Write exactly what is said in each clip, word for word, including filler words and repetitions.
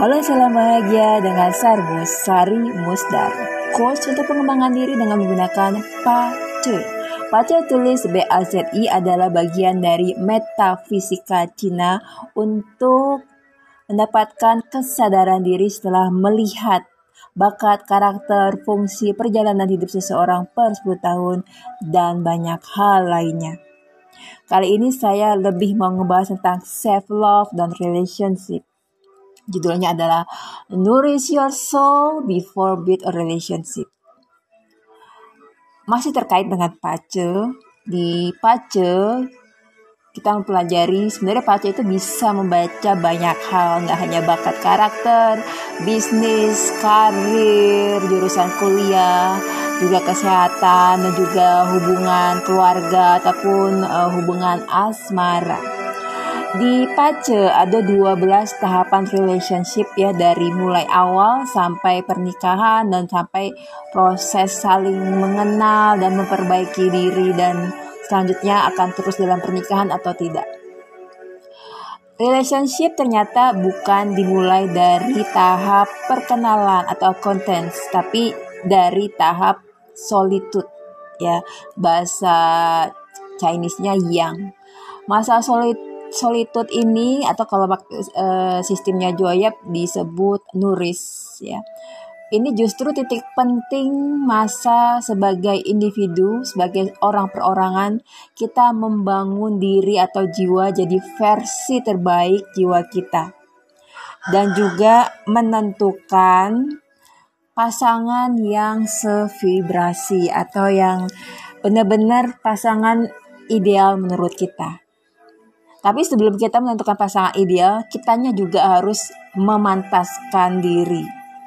Halo, salam bahagia dengan Sarmus Sari Musdar, coach untuk pengembangan diri dengan menggunakan PACE. PACE tulis B A Z I adalah bagian dari metafisika Cina untuk mendapatkan kesadaran diri setelah melihat bakat, karakter, fungsi, perjalanan hidup seseorang per sepuluh tahun, dan banyak hal lainnya. Kali ini saya lebih mau ngebahas tentang self-love dan relationship. Judulnya adalah Nourish Your Soul Before Build a Relationship. Masih terkait dengan PACE. Di PACE kita mempelajari sebenarnya PACE itu bisa membaca banyak hal, nggak hanya bakat karakter, bisnis, karir, jurusan kuliah, juga kesehatan, dan juga hubungan keluarga ataupun uh, hubungan asmara. Di PACE ada dua belas tahapan relationship ya, dari mulai awal sampai pernikahan dan sampai proses saling mengenal dan memperbaiki diri, dan selanjutnya akan terus dalam pernikahan atau tidak. Relationship ternyata bukan dimulai dari tahap perkenalan atau acquaintance, tapi dari tahap solitude ya, bahasa Chinese-nya yang. Masa solitude Solitude ini atau kalau uh, sistemnya Joyap disebut nourish ya. Ini justru titik penting masa sebagai individu, sebagai orang perorangan, kita membangun diri atau jiwa jadi versi terbaik jiwa kita. Dan juga menentukan pasangan yang sevibrasi atau yang benar-benar pasangan ideal menurut kita. Tapi sebelum kita menentukan pasangan ideal, kitanya juga harus memantaskan diri.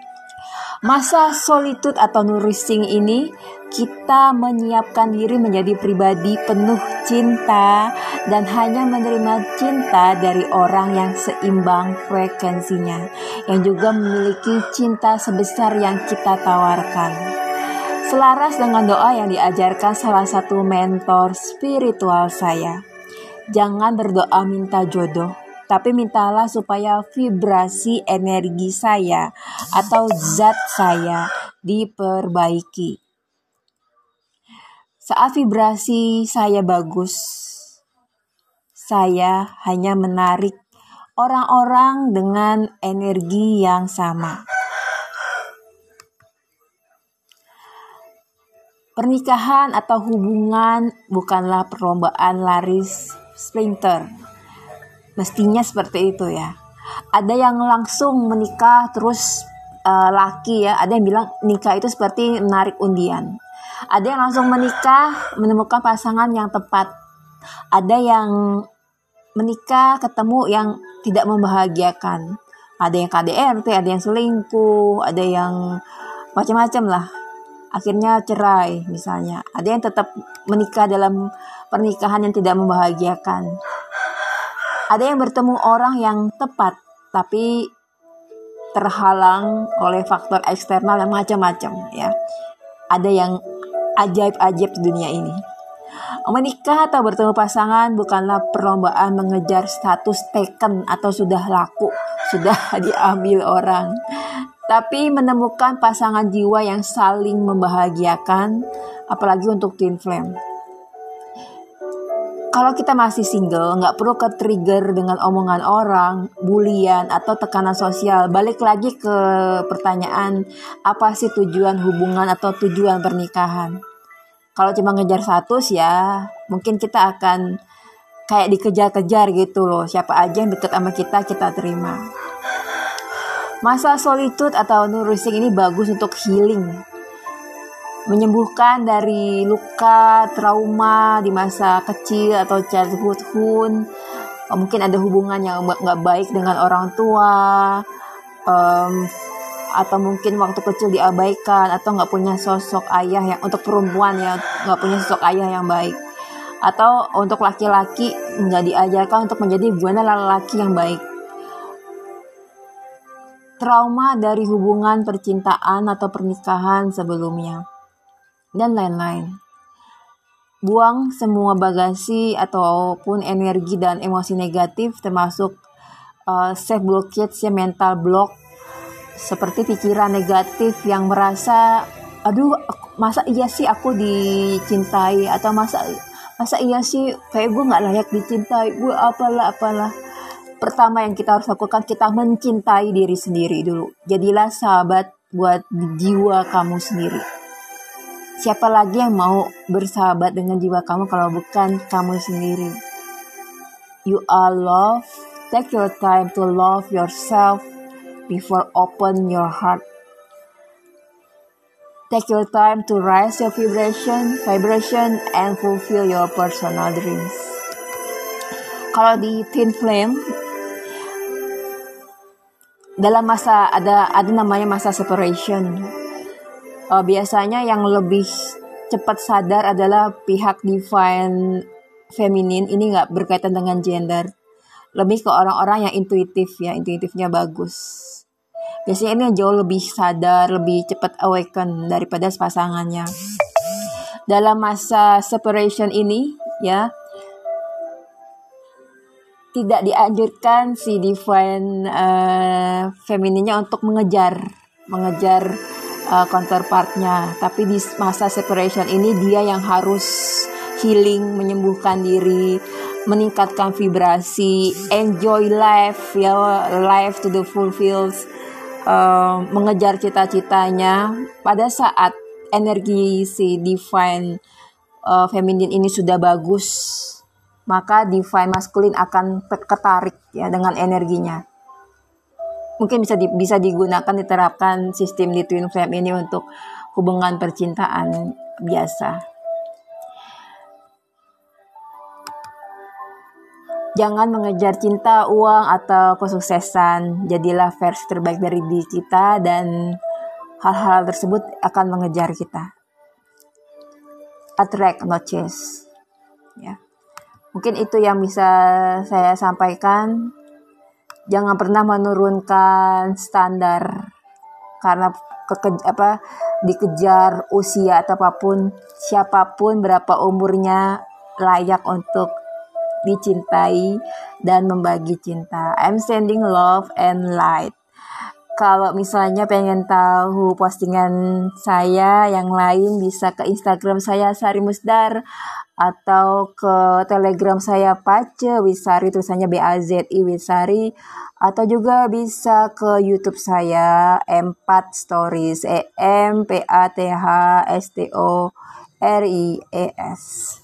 Masa solitude atau nourishing ini, kita menyiapkan diri menjadi pribadi penuh cinta dan hanya menerima cinta dari orang yang seimbang frekuensinya, yang juga memiliki cinta sebesar yang kita tawarkan. Selaras dengan doa yang diajarkan salah satu mentor spiritual saya. Jangan berdoa minta jodoh, tapi mintalah supaya vibrasi energi saya atau zat saya diperbaiki. Saat vibrasi saya bagus, saya hanya menarik orang-orang dengan energi yang sama. Pernikahan atau hubungan bukanlah perlombaan laris sprinter. Mestinya seperti itu ya. Ada yang langsung menikah terus uh, laki ya. Ada yang bilang nikah itu seperti menarik undian. Ada yang langsung menikah menemukan pasangan yang tepat. Ada yang menikah ketemu yang tidak membahagiakan. Ada yang K D R T, ada yang selingkuh, ada yang macam-macam lah. Akhirnya cerai misalnya. Ada yang tetap menikah dalam pernikahan yang tidak membahagiakan. Ada yang bertemu orang yang tepat, tapi terhalang oleh faktor eksternal yang macam-macam ya. Ada yang ajaib-ajaib di dunia ini. Menikah atau bertemu pasangan bukanlah perlombaan mengejar status taken atau sudah laku, sudah diambil orang. Tapi menemukan pasangan jiwa yang saling membahagiakan, apalagi untuk twin flame. Kalau kita masih single, nggak perlu ke-trigger dengan omongan orang, bulian, atau tekanan sosial. Balik lagi ke pertanyaan, apa sih tujuan hubungan atau tujuan pernikahan? Kalau cuma ngejar status ya, mungkin kita akan kayak dikejar-kejar gitu loh. Siapa aja yang deket sama kita, kita terima. Masa solitude atau nourishing ini bagus untuk healing. Menyembuhkan dari luka, trauma di masa kecil atau childhood. Mungkin ada hubungan yang gak baik dengan orang tua. Um, atau mungkin waktu kecil diabaikan. Atau gak punya sosok ayah yang, untuk perempuan ya, gak punya sosok ayah yang baik. Atau untuk laki-laki gak diajarkan untuk menjadi gimana laki yang baik. Trauma dari hubungan percintaan atau pernikahan sebelumnya, dan lain-lain. Buang semua bagasi ataupun energi dan emosi negatif, termasuk uh, self blockage ya, mental block seperti pikiran negatif yang merasa, aduh masa iya sih aku dicintai, atau masa masa iya sih kayak gue nggak layak dicintai, gue apalah apalah. Pertama yang kita harus lakukan, kita mencintai diri sendiri dulu. Jadilah sahabat buat jiwa kamu sendiri. Siapa lagi yang mau bersahabat dengan jiwa kamu kalau bukan kamu sendiri? You are loved. Take your time to love yourself before open your heart. Take your time to raise your vibration, vibration and fulfill your personal dreams. Kalau di Twin Flame, dalam masa ada ada namanya masa separation. Uh, biasanya yang lebih cepat sadar adalah pihak divine feminin. Ini nggak berkaitan dengan gender, lebih ke orang-orang yang intuitif ya, intuitifnya bagus. Biasanya ini yang jauh lebih sadar, lebih cepat awaken daripada pasangannya. Dalam masa separation ini ya, tidak dianjurkan si divine uh, femininnya untuk mengejar mengejar uh, counterpartnya, tapi di masa separation ini dia yang harus healing, menyembuhkan diri, meningkatkan vibrasi, enjoy life ya, life to the fulfills, uh, mengejar cita-citanya. Pada saat energi si divine uh, feminin ini sudah bagus, maka divine maskulin akan ketarik ya dengan energinya. Mungkin bisa di, bisa digunakan, diterapkan sistem di Twin Flame ini untuk hubungan percintaan biasa. Jangan mengejar cinta, uang, atau kesuksesan. Jadilah versi terbaik dari diri kita dan hal-hal tersebut akan mengejar kita. Attract, not chase. Ya. Mungkin itu yang bisa saya sampaikan. Jangan pernah menurunkan standar karena keke, apa, dikejar usia atau apapun, siapapun berapa umurnya layak untuk dicintai dan membagi cinta. I'm sending love and light. Kalau misalnya pengen tahu postingan saya yang lain, bisa ke Instagram saya Sari Musdar atau ke Telegram saya Pace Wisari, tulisannya B A Z I Wisari, atau juga bisa ke YouTube saya empat Stories, E M P A T H S T O R I E S.